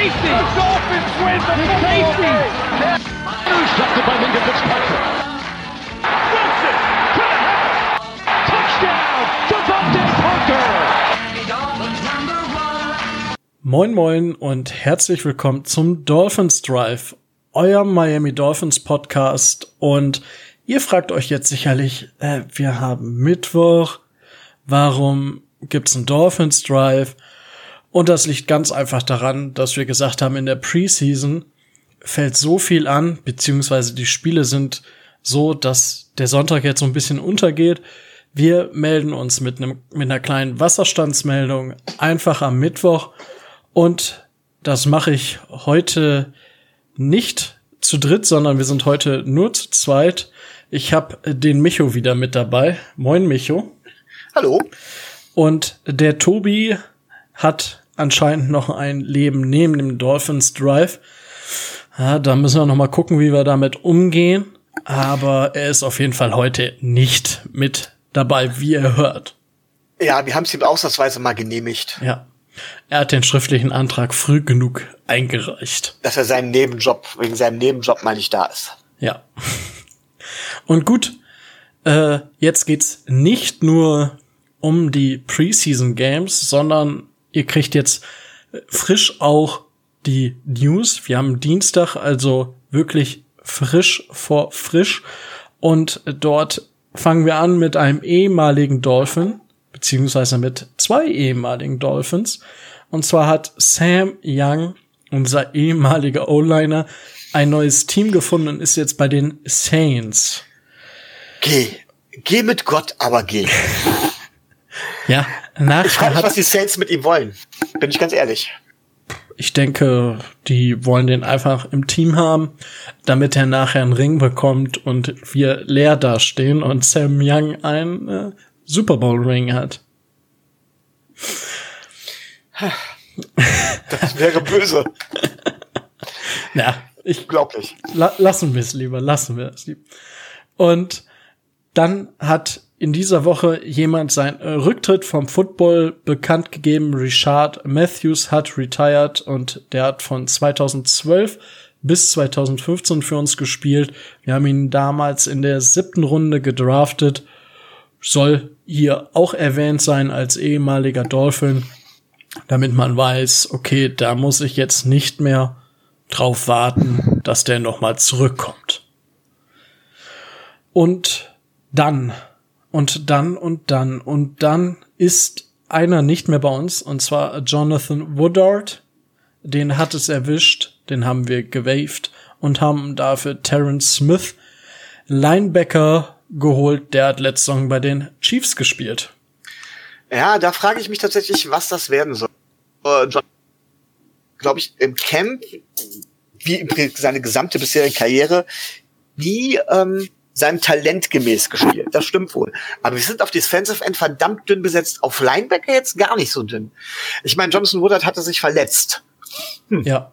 safety. The Dolphins win the safety. Intercepted by Minka Fitzpatrick. Wilson to the house. Touchdown, Devontae Parker. Moin moin und herzlich willkommen zum Dolphins Drive, euer Miami Dolphins Podcast. Und ihr fragt euch jetzt sicherlich, wir haben Mittwoch, warum gibt's einen Dolphins Drive? Und das liegt ganz einfach daran, dass wir gesagt haben, in der Preseason fällt so viel an, beziehungsweise die Spiele sind so, dass der Sonntag jetzt so ein bisschen untergeht. Wir melden uns mit einer kleinen Wasserstandsmeldung einfach am Mittwoch. Und das mache ich heute nicht zu dritt, sondern wir sind heute nur zu zweit. Ich habe den Micho wieder mit dabei. Moin, Micho. Hallo. Und der Tobi hat anscheinend noch ein Leben neben dem Dolphins Drive. Ja, da müssen wir noch mal gucken, wie wir damit umgehen. Aber er ist auf jeden Fall heute nicht mit dabei, wie ihr hört. Ja, wir haben es ihm ausnahmsweise mal genehmigt. Ja. Er hat den schriftlichen Antrag früh genug eingereicht. Dass er wegen seinem Nebenjob mal nicht da ist. Ja. Und gut, jetzt geht's nicht nur um die Preseason Games, sondern ihr kriegt jetzt frisch auch die News. Wir haben Dienstag, also wirklich frisch vor frisch. Und dort fangen wir an mit einem ehemaligen Dolphin, beziehungsweise mit zwei ehemaligen Dolphins. Und zwar hat Sam Young, unser ehemaliger O-Liner, ein neues Team gefunden und ist jetzt bei den Saints. Geh mit Gott, aber geh. Ja, ich frage mich, was die Saints mit ihm wollen. Bin ich ganz ehrlich. Ich denke, die wollen den einfach im Team haben, damit er nachher einen Ring bekommt und wir leer dastehen und Sam Young einen Super Bowl Ring hat. Das wäre böse. Ja, unglaublich. Lassen wir es lieber. Und dann hat in dieser Woche jemand seinen Rücktritt vom Football bekannt gegeben. Rishard Matthews hat retired und der hat von 2012 bis 2015 für uns gespielt. Wir haben ihn damals in der 7. Runde gedraftet. Soll hier auch erwähnt sein als ehemaliger Dolphin, damit man weiß, okay, da muss ich jetzt nicht mehr drauf warten, dass der nochmal zurückkommt. Und dann ist einer nicht mehr bei uns, und zwar Jonathan Woodard. Den hat es erwischt, den haben wir gewaved und haben dafür Terrence Smith, Linebacker, geholt. Der hat letzte Saison bei den Chiefs gespielt. Ja, da frage ich mich tatsächlich, was das werden soll. John, glaube ich, im Camp, wie seine gesamte bisherige Karriere, nie seinem Talent gemäß gespielt. Das stimmt wohl. Aber wir sind auf Defensive End verdammt dünn besetzt. Auf Linebacker jetzt gar nicht so dünn. Ich meine, Jonathan Woodard hatte sich verletzt. Ja.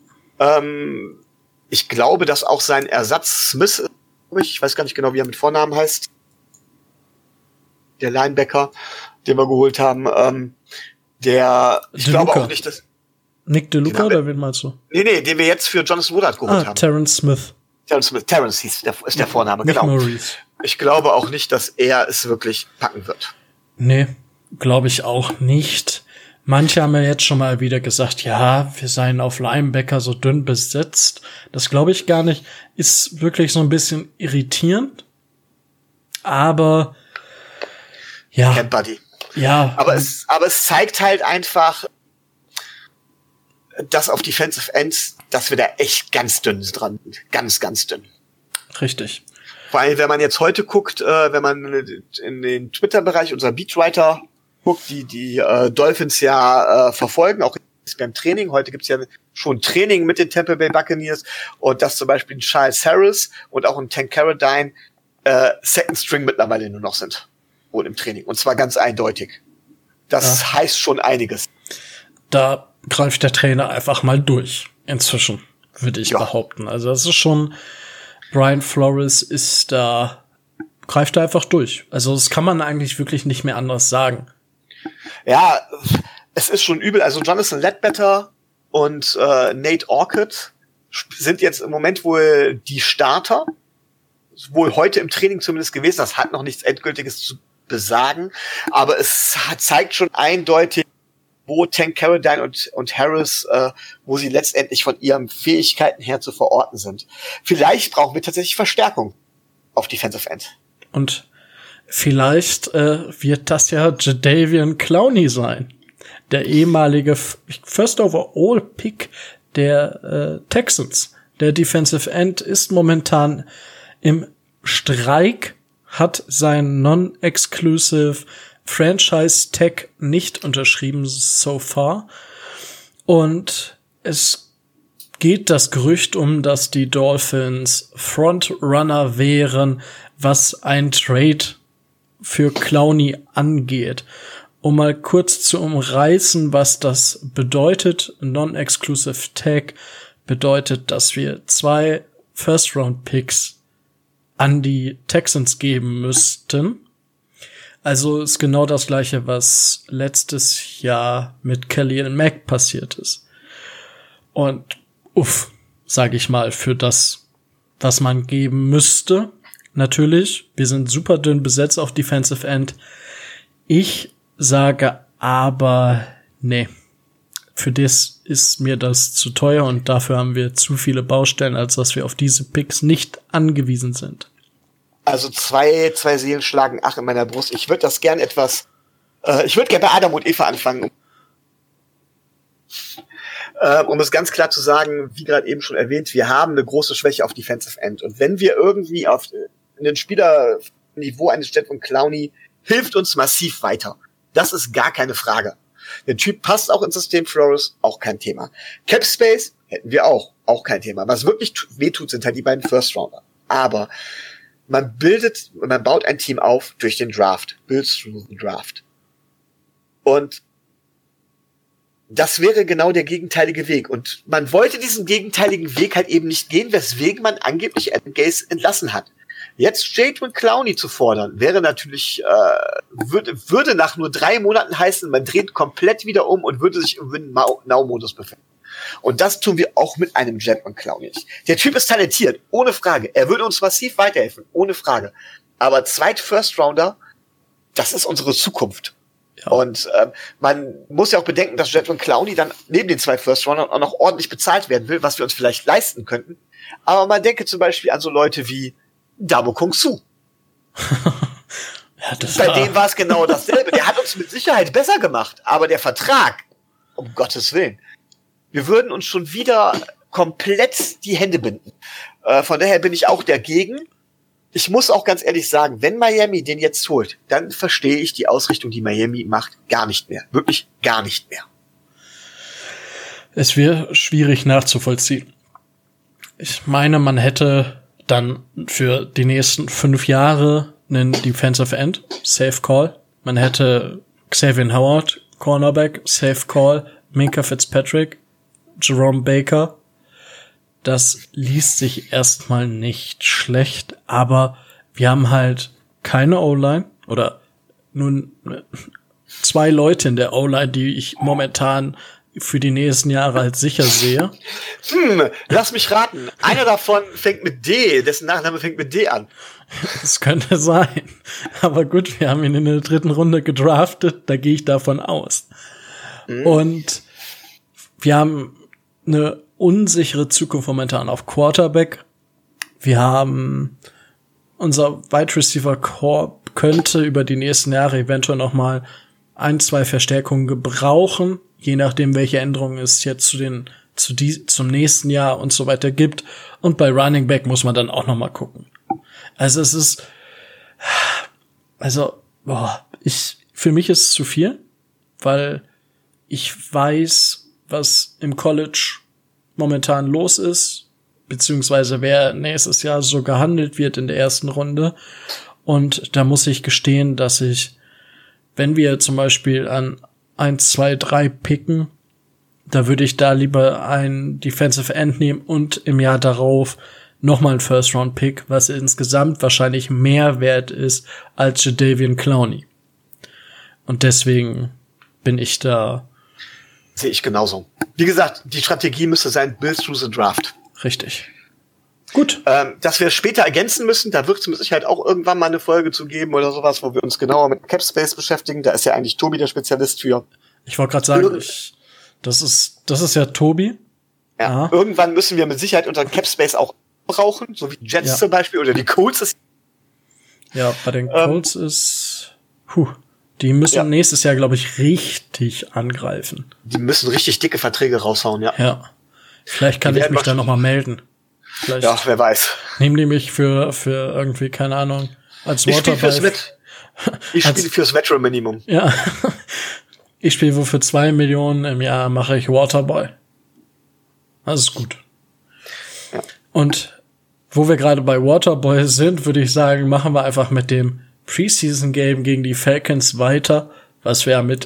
Ich glaube, dass auch sein Ersatz Smith, ich weiß gar nicht genau, wie er mit Vornamen heißt, der Linebacker, den wir geholt haben, ich glaube auch nicht, dass Nick DeLuca, oder wen meinst du? Nee, den wir jetzt für Jonathan Woodard geholt haben. Terrence Smith. Terrence ist der Vorname, nicht genau. Maurice. Ich glaube auch nicht, dass er es wirklich packen wird. Nee, glaube ich auch nicht. Manche haben ja jetzt schon mal wieder gesagt, ja, wir seien auf Linebacker so dünn besetzt. Das glaube ich gar nicht. Ist wirklich so ein bisschen irritierend. Aber ja. Camp Buddy. Ja. Aber es zeigt halt einfach, dass auf Defensive Ends, dass wir da echt ganz dünn dran sind. Ganz, ganz dünn. Richtig. Vor allem, wenn man jetzt heute guckt, wenn man in den Twitter-Bereich unserer Beatwriter guckt, die Dolphins ja verfolgen, auch beim Training. Heute gibt's ja schon Training mit den Tampa Bay Buccaneers und dass zum Beispiel ein Charles Harris und auch ein Tank Carradine Second String mittlerweile nur noch sind. Wohl im Training. Und zwar ganz eindeutig. Das heißt schon einiges. Da greift der Trainer einfach mal durch. Inzwischen, würde ich behaupten. Also das ist schon, Brian Flores greift da einfach durch. Also das kann man eigentlich wirklich nicht mehr anders sagen. Ja, es ist schon übel. Also Jonathan Ledbetter und Nate Orchid sind jetzt im Moment wohl die Starter, wohl heute im Training zumindest gewesen. Das hat noch nichts Endgültiges zu besagen, aber es zeigt schon eindeutig, wo Tank Carradine und Harris, wo sie letztendlich von ihren Fähigkeiten her zu verorten sind. Vielleicht brauchen wir tatsächlich Verstärkung auf Defensive End. Und vielleicht wird das ja Jadeveon Clowney sein, der ehemalige First Overall Pick der Texans. Der Defensive End ist momentan im Streik, hat sein Non-Exclusive Franchise Tag nicht unterschrieben so far. Und es geht das Gerücht dass die Dolphins Frontrunner wären, was ein Trade für Clowney angeht. Um mal kurz zu umreißen, was das bedeutet. Non-Exclusive Tag bedeutet, dass wir 2 First-Round-Picks an die Texans geben müssten. Also ist genau das Gleiche, was letztes Jahr mit Khalil Mack passiert ist. Und sage ich mal, für das, was man geben müsste. Natürlich, wir sind super dünn besetzt auf Defensive End. Ich sage aber, nee, für das ist mir das zu teuer und dafür haben wir zu viele Baustellen, als dass wir auf diese Picks nicht angewiesen sind. Also zwei Seelen schlagen Ach in meiner Brust. Ich würde das gern etwas, ich würde gerne bei Adam und Eva anfangen. Um es ganz klar zu sagen, wie gerade eben schon erwähnt, wir haben eine große Schwäche auf Defensive End. Und wenn wir irgendwie auf einen Spielerniveau eines Jadeveon Clowney, hilft uns massiv weiter. Das ist gar keine Frage. Der Typ passt auch ins System Flores, auch kein Thema. Cap Space hätten wir auch kein Thema. Was wirklich wehtut, sind halt die beiden First Rounder. Aber man baut ein Team auf durch den Draft. Builds through the Draft. Und das wäre genau der gegenteilige Weg. Und man wollte diesen gegenteiligen Weg halt eben nicht gehen, weswegen man angeblich Adam Gase entlassen hat. Jetzt Jadeveon Clowney zu fordern, wäre natürlich, würde nach nur 3 Monaten heißen, man dreht komplett wieder um und würde sich im Win-Now-Modus befinden. Und das tun wir auch mit einem Jadeveon Clowney nicht. Der Typ ist talentiert, ohne Frage. Er würde uns massiv weiterhelfen, ohne Frage. Aber First-Rounder, das ist unsere Zukunft. Ja. Und man muss ja auch bedenken, dass Jadeveon Clowney dann neben den 2 First-Roundern auch noch ordentlich bezahlt werden will, was wir uns vielleicht leisten könnten. Aber man denke zum Beispiel an so Leute wie Dabo Kung Su. Ja, bei dem war es genau dasselbe. Der hat uns mit Sicherheit besser gemacht. Aber der Vertrag, um Gottes Willen, wir würden uns schon wieder komplett die Hände binden. Von daher bin ich auch dagegen. Ich muss auch ganz ehrlich sagen, wenn Miami den jetzt holt, dann verstehe ich die Ausrichtung, die Miami macht, gar nicht mehr. Wirklich gar nicht mehr. Es wäre schwierig nachzuvollziehen. Ich meine, man hätte dann für die nächsten 5 Jahre einen Defensive End, Safe Call. Man hätte Xavier Howard, Cornerback, Safe Call, Minkah Fitzpatrick, Jerome Baker. Das liest sich erstmal nicht schlecht, aber wir haben halt keine O-Line oder nun 2 Leute in der O-Line, die ich momentan für die nächsten Jahre als sicher sehe. Lass mich raten. Einer davon fängt mit D, dessen Nachname fängt mit D an. Das könnte sein. Aber gut, wir haben ihn in der 3. Runde gedraftet, da gehe ich davon aus. Und wir haben eine unsichere Zukunft momentan auf Quarterback. Wir haben unser Wide Receiver Core könnte über die nächsten Jahre eventuell noch mal 1, 2 Verstärkungen gebrauchen, je nachdem, welche Änderungen es jetzt zum nächsten Jahr und so weiter gibt. Und bei Running Back muss man dann auch noch mal gucken. Also für mich ist es zu viel, weil ich weiß, was im College momentan los ist, beziehungsweise wer nächstes Jahr so gehandelt wird in der ersten Runde. Und da muss ich gestehen, dass ich, wenn wir zum Beispiel an 1, 2, 3 picken, da würde ich da lieber ein Defensive End nehmen und im Jahr darauf nochmal ein First-Round-Pick, was insgesamt wahrscheinlich mehr wert ist als Jadeveon Clowney. Und deswegen bin ich da Sehe ich genauso. Wie gesagt, die Strategie müsste sein, build through the draft. Richtig. Gut. Dass wir später ergänzen müssen, da wird es mit Sicherheit auch irgendwann mal eine Folge zu geben oder sowas, wo wir uns genauer mit Capspace beschäftigen. Da ist ja eigentlich Tobi der Spezialist für. Ich wollte gerade sagen, das ist ja Tobi. Ja, aha. Irgendwann müssen wir mit Sicherheit unseren Capspace auch brauchen, so wie Jets zum Beispiel oder die Colts. Ja, bei den Colts die müssen nächstes Jahr, glaube ich, richtig angreifen. Die müssen richtig dicke Verträge raushauen, ja. Ja. Vielleicht kann ich mich da noch mal melden. Vielleicht ja, wer weiß. nehmen die mich für irgendwie, keine Ahnung, als Waterboy. Ich spiele fürs Veteran-Minimum. Ja. Ich spiele für 2 Millionen im Jahr, mache ich Waterboy. Das ist gut. Ja. Und wo wir gerade bei Waterboy sind, würde ich sagen, machen wir einfach mit dem Preseason-Game gegen die Falcons weiter, was wir mit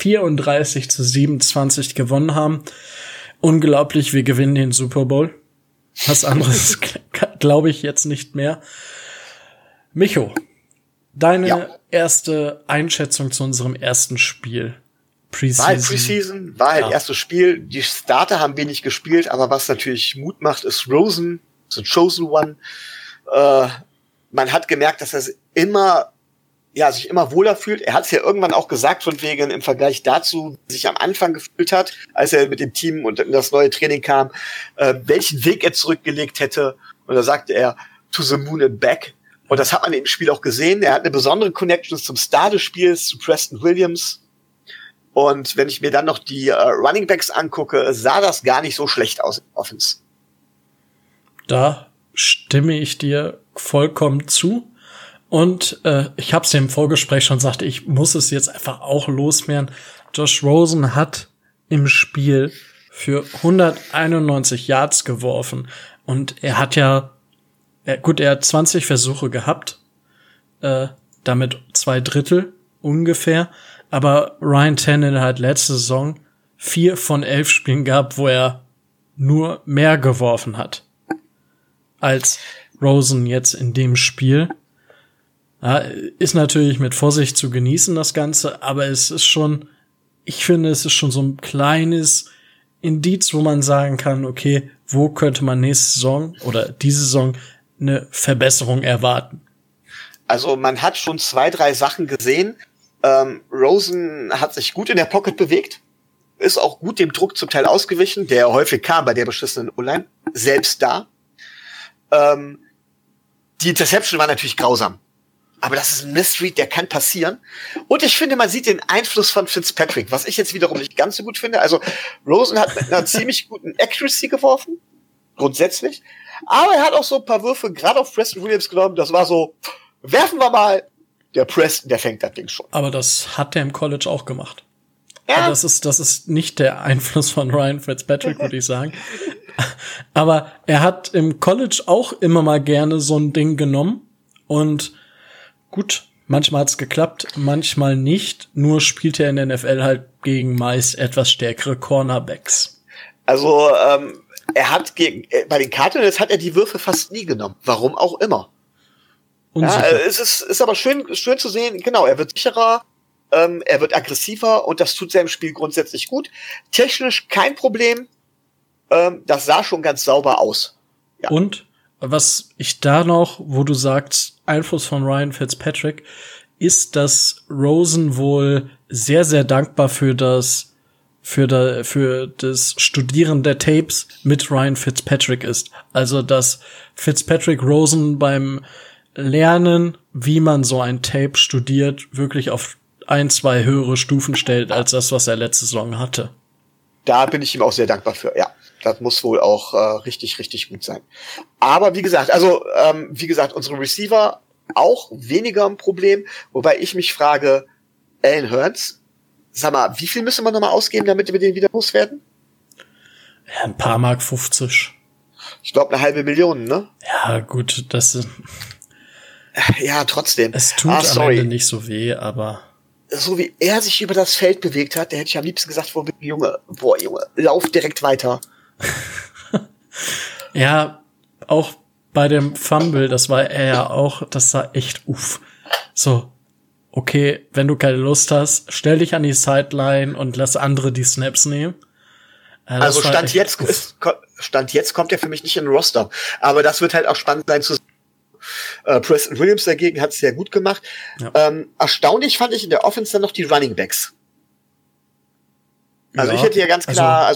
34-27 gewonnen haben. Unglaublich, wir gewinnen den Super Bowl. Was anderes glaube ich jetzt nicht mehr. Micho, deine erste Einschätzung zu unserem ersten Spiel. Preseason, war halt erstes Spiel. Die Starter haben wenig gespielt, aber was natürlich Mut macht, ist Rosen, the chosen one. Man hat gemerkt, dass er sich immer wohler fühlt. Er hat es ja irgendwann auch gesagt, von wegen im Vergleich dazu, wie er sich am Anfang gefühlt hat, als er mit dem Team und in das neue Training kam, welchen Weg er zurückgelegt hätte. Und da sagte er, to the moon and back. Und das hat man im Spiel auch gesehen. Er hat eine besondere Connection zum Star des Spiels, zu Preston Williams. Und wenn ich mir dann noch die Running Backs angucke, sah das gar nicht so schlecht aus im Offense. Da stimme ich dir vollkommen zu. Und ich habe es ja im Vorgespräch schon gesagt, ich muss es jetzt einfach auch loswerden. Josh Rosen hat im Spiel für 191 Yards geworfen. Und er hat er hat 20 Versuche gehabt, damit 2/3 ungefähr. Aber Ryan Tannehill hat letzte Saison 4 von 11 Spielen gehabt, wo er nur mehr geworfen hat als Rosen jetzt in dem Spiel. Ja, ist natürlich mit Vorsicht zu genießen, das Ganze, aber es ist schon, ich finde, es ist schon so ein kleines Indiz, wo man sagen kann, okay, wo könnte man nächste Saison oder diese Saison eine Verbesserung erwarten? Also man hat schon 2, 3 Sachen gesehen. Rosen hat sich gut in der Pocket bewegt, ist auch gut dem Druck zum Teil ausgewichen, der häufig kam bei der beschissenen O-Line, selbst da. Die Interception war natürlich grausam. Aber das ist ein Missread, der kann passieren. Und ich finde, man sieht den Einfluss von Fitzpatrick, was ich jetzt wiederum nicht ganz so gut finde. Also Rosen hat mit einer ziemlich guten Accuracy geworfen, grundsätzlich. Aber er hat auch so ein paar Würfe gerade auf Preston Williams genommen. Das war so, werfen wir mal. Der Preston, der fängt das Ding schon. Aber das hat er im College auch gemacht. Ja. Das ist nicht der Einfluss von Ryan Fitzpatrick, würde ich sagen. Aber er hat im College auch immer mal gerne so ein Ding genommen. Und gut, manchmal hat's geklappt, manchmal nicht. Nur spielt er in der NFL halt gegen meist etwas stärkere Cornerbacks. Also er hat bei den Cardinals hat er die Würfe fast nie genommen. Warum auch immer. Unsicher. Ja, es ist aber schön zu sehen. Genau, er wird sicherer, er wird aggressiver und das tut seinem Spiel grundsätzlich gut. Technisch kein Problem. Das sah schon ganz sauber aus. Ja. Und was ich da noch, wo du sagst, Einfluss von Ryan Fitzpatrick, ist, dass Rosen wohl sehr, sehr dankbar für das Studieren der Tapes mit Ryan Fitzpatrick ist. Also, dass Fitzpatrick Rosen beim Lernen, wie man so ein Tape studiert, wirklich auf 1, 2 höhere Stufen stellt, als das, was er letzte Saison hatte. Da bin ich ihm auch sehr dankbar für, ja. Das muss wohl auch richtig, richtig gut sein. Aber wie gesagt, unsere Receiver auch weniger ein Problem. Wobei ich mich frage, Allen Hurts, sag mal, wie viel müssen wir nochmal ausgeben, damit wir den wieder loswerden? Ja, ein paar Mark 50. Ich glaube, 500.000, ne? Ja, gut, das ist... Ja, trotzdem. Es tut am Ende nicht so weh, aber... So wie er sich über das Feld bewegt hat, der hätte ich am liebsten gesagt, Junge, lauf direkt weiter. Ja, auch bei dem Fumble, das war er ja auch, das sah echt so. okay, wenn du keine Lust hast, stell dich an die Sideline und lass andere die Snaps nehmen. Also Stand jetzt kommt er für mich nicht in den Roster. Aber das wird halt auch spannend sein zu sehen. Preston Williams dagegen hat es sehr gut gemacht. Ja. Erstaunlich fand ich in der Offense dann noch die Running Backs. Also ich hätte ja ganz klar,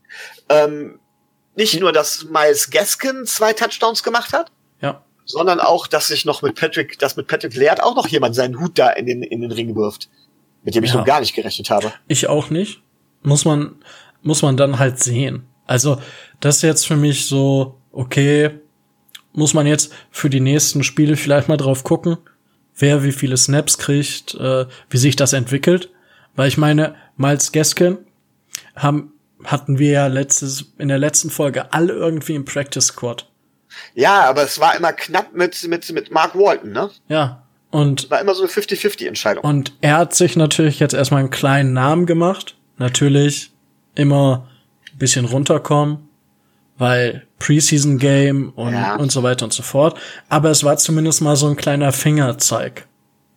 nicht nur, dass Myles Gaskin 2 Touchdowns gemacht hat, sondern auch, dass sich noch mit Patrick Laird auch noch jemand seinen Hut da in den Ring wirft, mit dem ich noch gar nicht gerechnet habe. Ich auch nicht. Muss man dann halt sehen. Also das ist jetzt für mich so, okay, muss man jetzt für die nächsten Spiele vielleicht mal drauf gucken, wer wie viele Snaps kriegt, wie sich das entwickelt. Weil ich meine, Myles Gaskin hatten wir ja in der letzten Folge alle irgendwie im Practice Squad. Ja, aber es war immer knapp mit Mark Walton, ne? Ja. Und war immer so eine 50-50-Entscheidung. Und er hat sich natürlich jetzt erstmal einen kleinen Namen gemacht. Natürlich immer ein bisschen runterkommen, weil Preseason-Game und so weiter und so fort. Aber es war zumindest mal so ein kleiner Fingerzeig.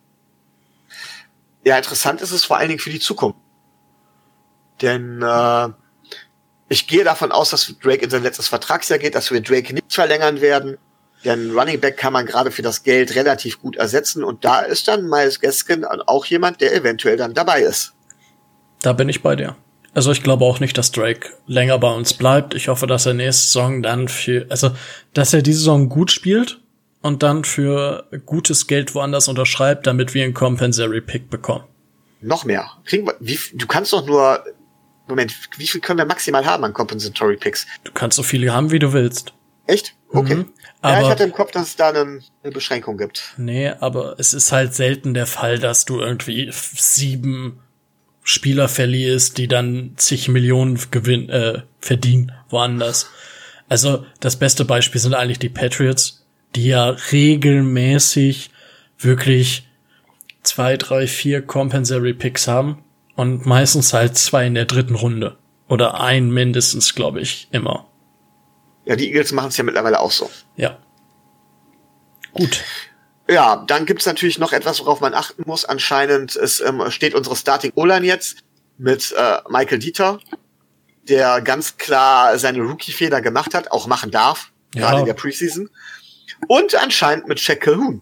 Ja, interessant ist es vor allen Dingen für die Zukunft. Denn ich gehe davon aus, dass Drake in sein letztes Vertragsjahr geht, dass wir Drake nicht verlängern werden. Denn Running Back kann man gerade für das Geld relativ gut ersetzen. Und da ist dann Myles Gaskin auch jemand, der eventuell dann dabei ist. Da bin ich bei dir. Also ich glaube auch nicht, dass Drake länger bei uns bleibt. Ich hoffe, dass er nächste Saison dann dass er diese Saison gut spielt und dann für gutes Geld woanders unterschreibt, damit wir einen Compensatory Pick bekommen. Noch mehr. Du kannst doch nur, Moment, wie viel können wir maximal haben an Compensatory Picks? Du kannst so viele haben, wie du willst. Echt? Okay. Mhm. Aber ich hatte im Kopf, dass es da eine Beschränkung gibt. Nee, aber es ist halt selten der Fall, dass du irgendwie 7 Spieler verlierst, die dann zig Millionen verdienen woanders. Also das beste Beispiel sind eigentlich die Patriots, die ja regelmäßig wirklich 2, 3, 4 Compensatory Picks haben und meistens halt 2 in der 3. Runde. Oder ein mindestens, glaube ich, immer. Ja, die Eagles machen es ja mittlerweile auch so. Ja. Gut. Ja, dann gibt's natürlich noch etwas, worauf man achten muss. Anscheinend steht unsere Starting O-Line jetzt mit Michael Dieter, der ganz klar seine Rookie-Fehler gemacht hat, auch machen darf, gerade in der Preseason. Und anscheinend mit Shaq Calhoun.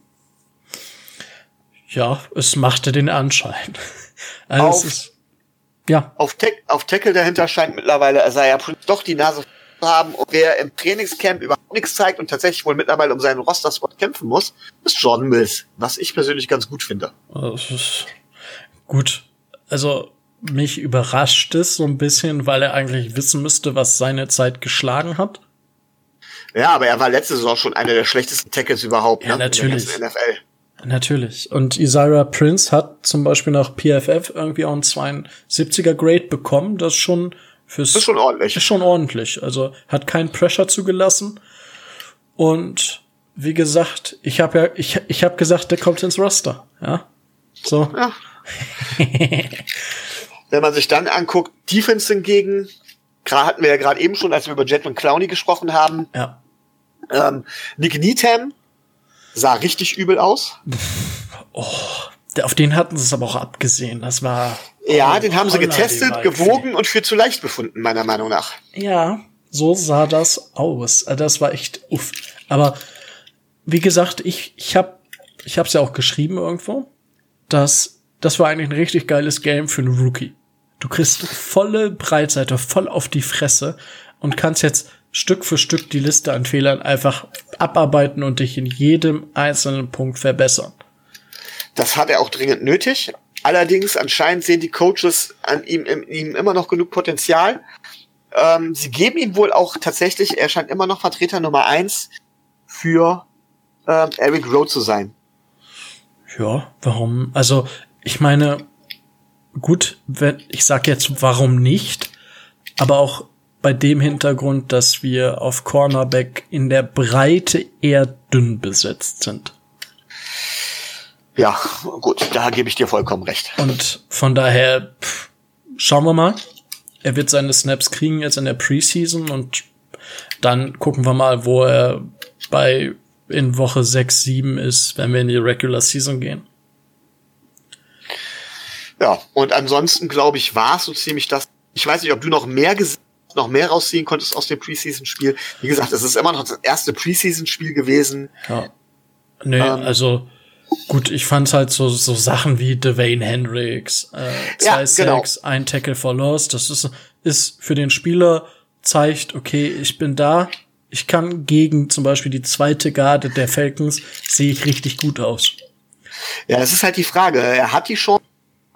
Ja, es machte den Anschein. Also Auf Tackle dahinter scheint mittlerweile Isaiah Prince doch die Nase zu haben. Und wer im Trainingscamp überhaupt nichts zeigt und tatsächlich wohl mittlerweile um seinen Roster-Spot kämpfen muss, ist Jordan Mills. Was ich persönlich ganz gut finde. Gut. Also mich überrascht es so ein bisschen, weil er eigentlich wissen müsste, was seine Zeit geschlagen hat. Ja, aber er war letzte Saison schon einer der schlechtesten Tackles überhaupt, ja, natürlich. In der ganzen NFL. Natürlich. Und Isaiah Prince hat zum Beispiel nach PFF irgendwie auch einen 72er Grade bekommen. Das ist schon ordentlich. Ist schon ordentlich. Also hat keinen Pressure zugelassen. Und wie gesagt, ich habe gesagt, der kommt ins Roster. Ja. So. Ja. Wenn man sich dann anguckt, Defense hingegen, hatten wir ja gerade eben schon, als wir über Jadon Clowney gesprochen haben. Ja. Nick Needham sah richtig übel aus. Auf den hatten sie es aber auch abgesehen. Das war. Ja, den haben sie getestet, gewogen und für zu leicht befunden, meiner Meinung nach. Ja, so sah das aus. Das war echt uff. Aber wie gesagt, ich hab's ja auch geschrieben irgendwo, dass das war eigentlich ein richtig geiles Game für einen Rookie. Du kriegst volle Breitseite, voll auf die Fresse und kannst jetzt Stück für Stück die Liste an Fehlern einfach abarbeiten und dich in jedem einzelnen Punkt verbessern. Das hat er auch dringend nötig. Allerdings anscheinend sehen die Coaches in ihm immer noch genug Potenzial. Sie geben ihm wohl auch tatsächlich, er scheint immer noch Vertreter Nummer 1 für Eric Rowe zu sein. Ja, warum? Also, ich meine, gut, ich sag jetzt, warum nicht? Aber auch bei dem Hintergrund, dass wir auf Cornerback in der Breite eher dünn besetzt sind. Ja, gut, da gebe ich dir vollkommen recht. Und von daher, schauen wir mal. Er wird seine Snaps kriegen jetzt in der Preseason und dann gucken wir mal, wo er in Woche 6, 7 ist, wenn wir in die Regular Season gehen. Ja, und ansonsten, glaube ich, war es so ziemlich das. Ich weiß nicht, ob du noch mehr rausziehen konntest aus dem Preseason-Spiel. Wie gesagt, es ist immer noch das erste Preseason-Spiel gewesen. Ja. Nee, also gut, ich fand's halt so Sachen wie Dwayne Hendricks, 2 Sacks, 1 Tackle for Loss. Das ist für den Spieler zeigt, okay, ich bin da. Ich kann gegen zum Beispiel die zweite Garde der Falcons, sehe ich richtig gut aus. Ja, das ist halt die Frage. Er hat die Chance,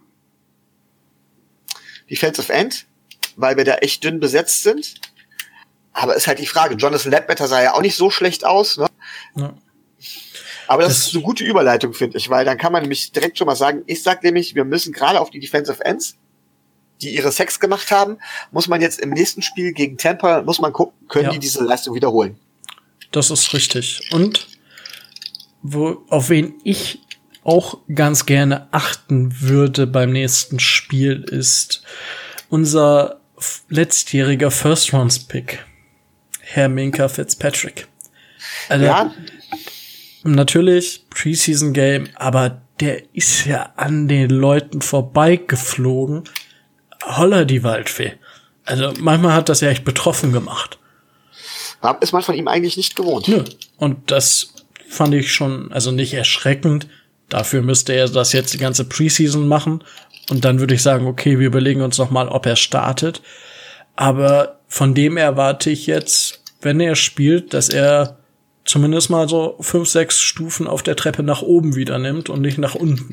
Defensive End, weil wir da echt dünn besetzt sind. Aber ist halt die Frage. Jonathan Ledbetter sah ja auch nicht so schlecht aus, ne? Ja. Aber das ist eine gute Überleitung, finde ich, weil dann kann man nämlich direkt schon mal sagen, ich sag nämlich, wir müssen gerade auf die Defensive Ends, die ihre Sacks gemacht haben, muss man jetzt im nächsten Spiel gegen Tampa, muss man gucken, können die diese Leistung wiederholen. Das ist richtig. Und auf wen ich auch ganz gerne achten würde beim nächsten Spiel ist unser letztjähriger First-Round-Pick, Herr Minkah Fitzpatrick. Also, ja. Natürlich Preseason-Game, aber der ist ja an den Leuten vorbeigeflogen. Holla die Waldfee. Also manchmal hat das ja echt betroffen gemacht. Ist man von ihm eigentlich nicht gewohnt. Nö. Und das fand ich schon, also nicht erschreckend. Dafür müsste er das jetzt die ganze Preseason machen. Und dann würde ich sagen, okay, wir überlegen uns noch mal, ob er startet. Aber von dem erwarte ich jetzt, wenn er spielt, dass er zumindest mal so 5, 6 Stufen auf der Treppe nach oben wieder nimmt und nicht nach unten.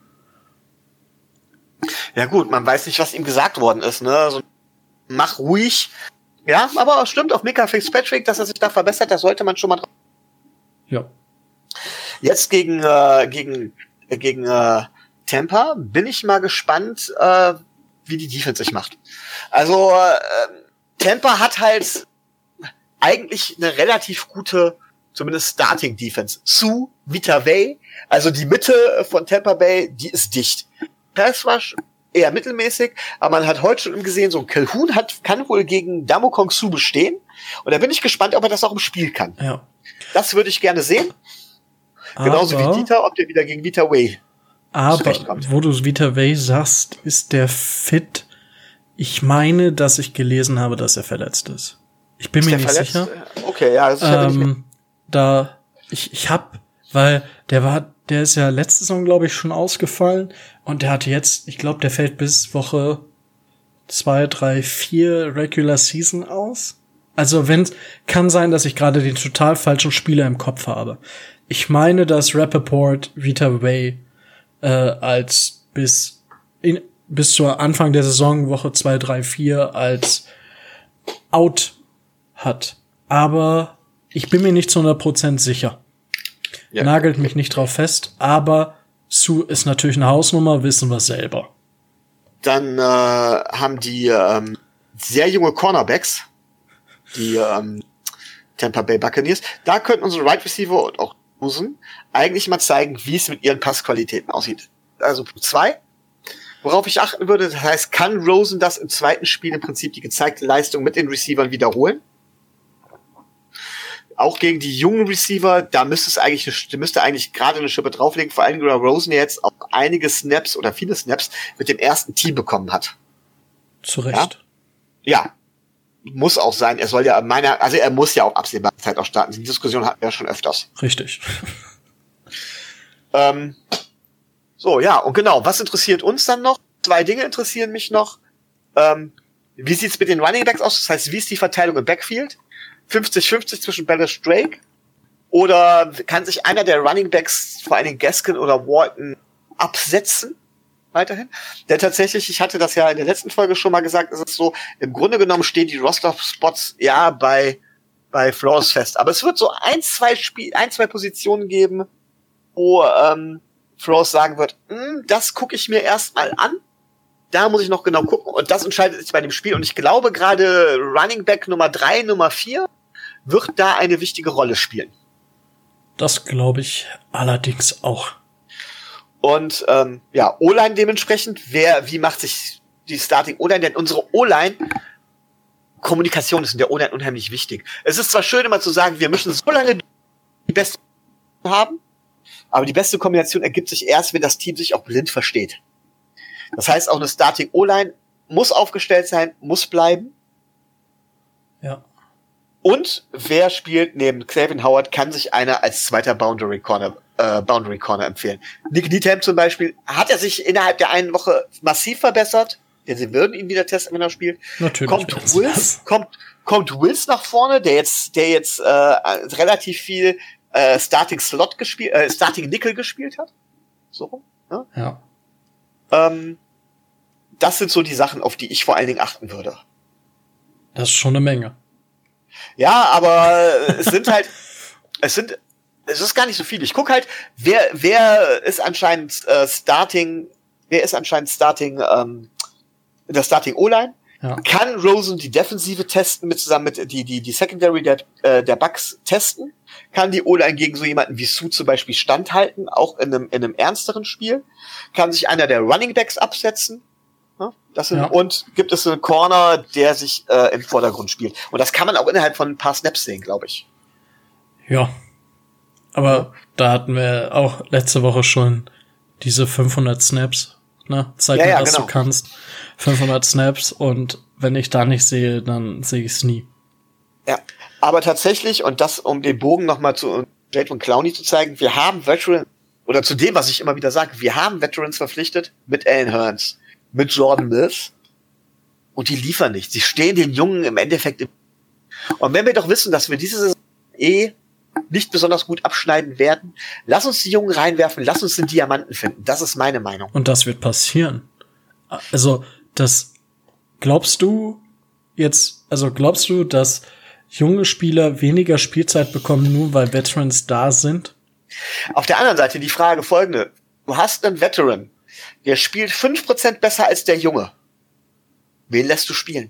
Ja gut, man weiß nicht, was ihm gesagt worden ist, ne? Also, mach ruhig. Ja, aber stimmt, auf Minkah Fitzpatrick, dass er sich da verbessert, da sollte man schon mal drauf. Ja. Jetzt gegen Tampa bin ich mal gespannt, wie die Defense sich macht. Also Tampa hat halt eigentlich eine relativ gute, zumindest Starting Defense. Sue, Vita Vea, also die Mitte von Tampa Bay, die ist dicht. Pass Rush eher mittelmäßig, aber man hat heute schon gesehen, so ein Calhoun kann wohl gegen Ndamukong Suh bestehen. Und da bin ich gespannt, ob er das auch im Spiel kann. Ja. Das würde ich gerne sehen. Genauso wie Dieter, ob der wieder gegen Vita Vea zurechtkommt. Wo du Vita Vea sagst, ist der fit. Ich meine, dass ich gelesen habe, dass er verletzt ist. Ich bin mir nicht sicher. Okay, ja, das ist der ist ja letzte Saison, glaube ich, schon ausgefallen und der hatte jetzt, ich glaube, der fällt bis Woche 2, 3, 4 Regular Season aus. Also kann sein, dass ich gerade den total falschen Spieler im Kopf habe. Ich meine, dass Rappaport Vita Vea als bis zur Anfang der Saison, Woche 2, 3, 4 als out hat. Aber ich bin mir nicht zu 100% sicher. Ja. Nagelt mich nicht drauf fest, aber Suh ist natürlich eine Hausnummer, wissen wir selber. Dann haben die sehr junge Cornerbacks, die Tampa Bay Buccaneers. Da könnten unsere Right Receiver und auch Rosen eigentlich mal zeigen, wie es mit ihren Passqualitäten aussieht. Also Punkt 2, worauf ich achten würde, das heißt, kann Rosen das im zweiten Spiel im Prinzip die gezeigte Leistung mit den Receivern wiederholen? Auch gegen die jungen Receiver, da müsste eigentlich gerade eine Schippe drauflegen, vor allem, weil Rosen jetzt auch einige Snaps oder viele Snaps mit dem ersten Team bekommen hat. Zu Recht. Ja. Muss auch sein. Er soll ja er muss ja auch absehbare Zeit auch starten. Die Diskussion hatten wir ja schon öfters. Richtig. So, ja, und genau, was interessiert uns dann noch? 2 Dinge interessieren mich noch. Wie sieht's mit den Running Backs aus? Das heißt, wie ist die Verteilung im Backfield? 50-50 zwischen Bellis Drake? Oder kann sich einer der Running Backs, vor allen Dingen Gaskin oder Walton, absetzen? Weiterhin. Denn tatsächlich, ich hatte das ja in der letzten Folge schon mal gesagt, ist es so, im Grunde genommen stehen die Roster-Spots ja bei Flores fest. Aber es wird so ein, zwei Positionen geben, wo Flores sagen wird, das gucke ich mir erstmal an. Da muss ich noch genau gucken. Und das entscheidet sich bei dem Spiel. Und ich glaube, gerade Running Back Nummer 3, Nummer 4 wird da eine wichtige Rolle spielen. Das glaube ich allerdings auch. Und O-Line dementsprechend, wie macht sich die Starting O-Line? Denn unsere O-Line, Kommunikation ist in der O-Line unheimlich wichtig. Es ist zwar schön immer zu sagen, wir müssen so lange die beste haben, aber die beste Kombination ergibt sich erst, wenn das Team sich auch blind versteht. Das heißt, auch eine Starting O-Line muss aufgestellt sein, muss bleiben. Ja. Und wer spielt neben Xavier Howard, kann sich einer als zweiter Boundary Corner empfehlen. Nick Needham zum Beispiel, hat er sich innerhalb der einen Woche massiv verbessert? Denn sie würden ihn wieder testen, wenn er spielt. Natürlich. Kommt Wills nach vorne, der jetzt relativ viel Starting Nickel gespielt hat. So rum. Ne? Ja. Das sind so die Sachen, auf die ich vor allen Dingen achten würde. Das ist schon eine Menge. Ja, aber es ist gar nicht so viel. Ich guck halt, wer ist anscheinend Starting in der Starting O-Line? Ja. Kann Rosen die Defensive testen zusammen mit die Secondary der Bucks testen? Kann die O-Line gegen so jemanden wie Sue zum Beispiel standhalten, auch in einem ernsteren Spiel? Kann sich einer der Running Backs absetzen? Und gibt es einen Corner, der sich im Vordergrund spielt? Und das kann man auch innerhalb von ein paar Snaps sehen, glaube ich. Ja. Aber da hatten wir auch letzte Woche schon diese 500 Snaps. Ne? Zeig mir, was du kannst. 500 Snaps, und wenn ich da nicht sehe, dann sehe ich es nie. Ja, aber tatsächlich, und das, um den Bogen nochmal zu Jadon Clowney zu zeigen, wir haben Veterans, oder zu dem, was ich immer wieder sage, wir haben Veterans verpflichtet mit Allen Hurns, mit Jordan Mills, und die liefern nicht. Sie stehen den Jungen im Endeffekt und wenn wir doch wissen, dass wir diese Saison nicht besonders gut abschneiden werden, lass uns die Jungen reinwerfen, lass uns den Diamanten finden. Das ist meine Meinung. Und das wird passieren. Also, glaubst du, dass junge Spieler weniger Spielzeit bekommen, nur weil Veterans da sind? Auf der anderen Seite die Frage folgende. Du hast einen Veteran, der spielt 5% besser als der Junge. Wen lässt du spielen?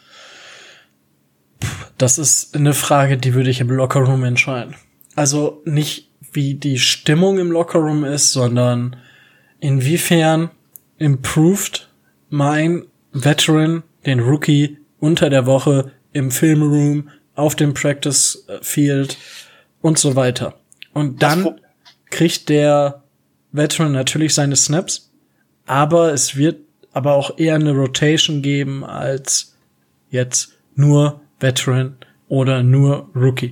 Das ist eine Frage, die würde ich im Lockerroom entscheiden. Also nicht, wie die Stimmung im Lockerroom ist, sondern inwiefern improved mein Veteran den Rookie unter der Woche im Filmroom, auf dem Practice Field und so weiter. Und dann kriegt der Veteran natürlich seine Snaps, aber es wird aber auch eher eine Rotation geben als jetzt nur Veteran oder nur Rookie.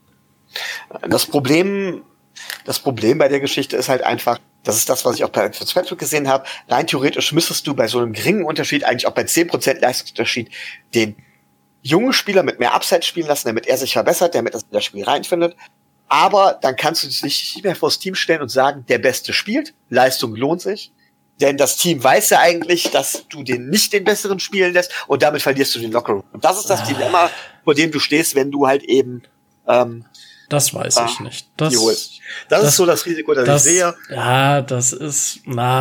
Das Problem bei der Geschichte ist halt einfach, das ist das, was ich auch bei Fitzpatrick gesehen habe. Rein theoretisch müsstest du bei so einem geringen Unterschied, eigentlich auch bei 10% Leistungsunterschied, den jungen Spieler mit mehr Upside spielen lassen, damit er sich verbessert, damit er das Spiel reinfindet. Aber dann kannst du dich nicht mehr vors Team stellen und sagen, der Beste spielt, Leistung lohnt sich. Denn das Team weiß ja eigentlich, dass du den Besseren spielen lässt, und damit verlierst du den Lockerroom. Und das ist das Dilemma, vor dem du stehst, wenn du halt eben das weiß ich nicht. Das ist so das Risiko, das ich sehe. Ja, das ist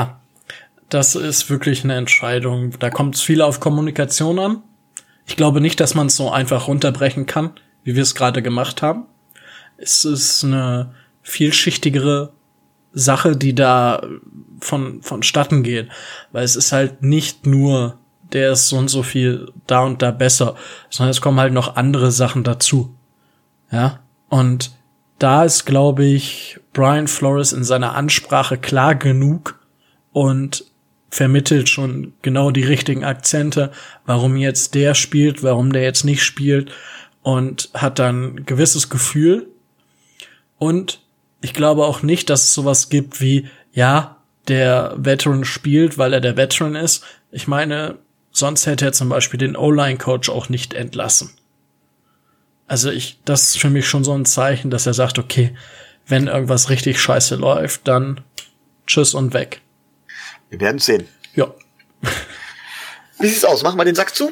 wirklich eine Entscheidung. Da kommt es viel auf Kommunikation an. Ich glaube nicht, dass man es so einfach runterbrechen kann, wie wir es gerade gemacht haben. Es ist eine vielschichtigere Sache, die da vonstatten geht. Weil es ist halt nicht nur, der ist so und so viel da und da besser, sondern es kommen halt noch andere Sachen dazu. Ja, und da ist, glaube ich, Brian Flores in seiner Ansprache klar genug und vermittelt schon genau die richtigen Akzente, warum jetzt der spielt, warum der jetzt nicht spielt, und hat dann ein gewisses Gefühl. Und ich glaube auch nicht, dass es sowas gibt wie, ja, der Veteran spielt, weil er der Veteran ist. Ich meine, sonst hätte er zum Beispiel den O-Line-Coach auch nicht entlassen. Also das ist für mich schon so ein Zeichen, dass er sagt, okay, wenn irgendwas richtig scheiße läuft, dann tschüss und weg. Wir werden sehen. Ja. Wie sieht's aus? Machen wir den Sack zu?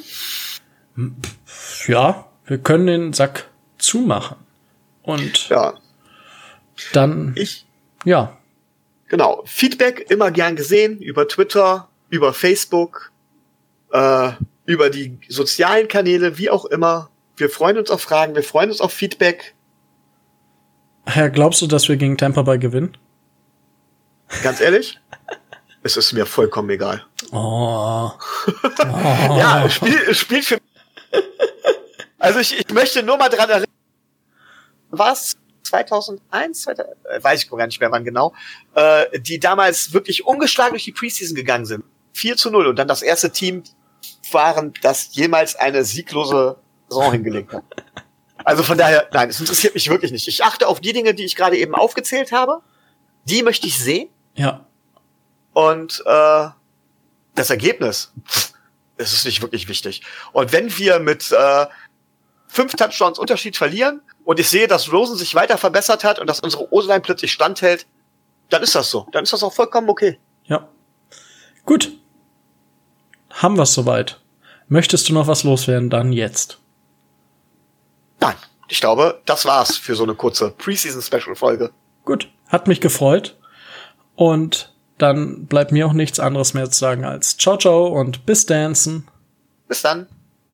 Ja, wir können den Sack zumachen. Und dann, ja. Genau. Feedback immer gern gesehen über Twitter, über Facebook, über die sozialen Kanäle, wie auch immer. Wir freuen uns auf Fragen, wir freuen uns auf Feedback. Herr, glaubst du, dass wir gegen Tampa Bay gewinnen? Ganz ehrlich? Es ist mir vollkommen egal. Oh. Ja, spielt für... Also ich möchte nur mal dran erinnern, was 2001, weiß ich gar nicht mehr wann genau, die damals wirklich ungeschlagen durch die Preseason gegangen sind. 4-0 und dann das erste Team waren, das jemals eine sieglose Saison hingelegt hat. Also von daher, nein, es interessiert mich wirklich nicht. Ich achte auf die Dinge, die ich gerade eben aufgezählt habe. Die möchte ich sehen. Ja. Und das Ergebnis, das ist nicht wirklich wichtig. Und wenn wir mit 5 Touchdowns Unterschied verlieren und ich sehe, dass Rosen sich weiter verbessert hat und dass unsere O-Line plötzlich standhält, dann ist das so. Dann ist das auch vollkommen okay. Ja. Gut. Haben wir's soweit. Möchtest du noch was loswerden, dann jetzt? Nein, ich glaube, das war's für so eine kurze Preseason-Special-Folge. Gut, hat mich gefreut. Und dann bleibt mir auch nichts anderes mehr zu sagen als ciao, ciao und bis Dancen. Bis dann.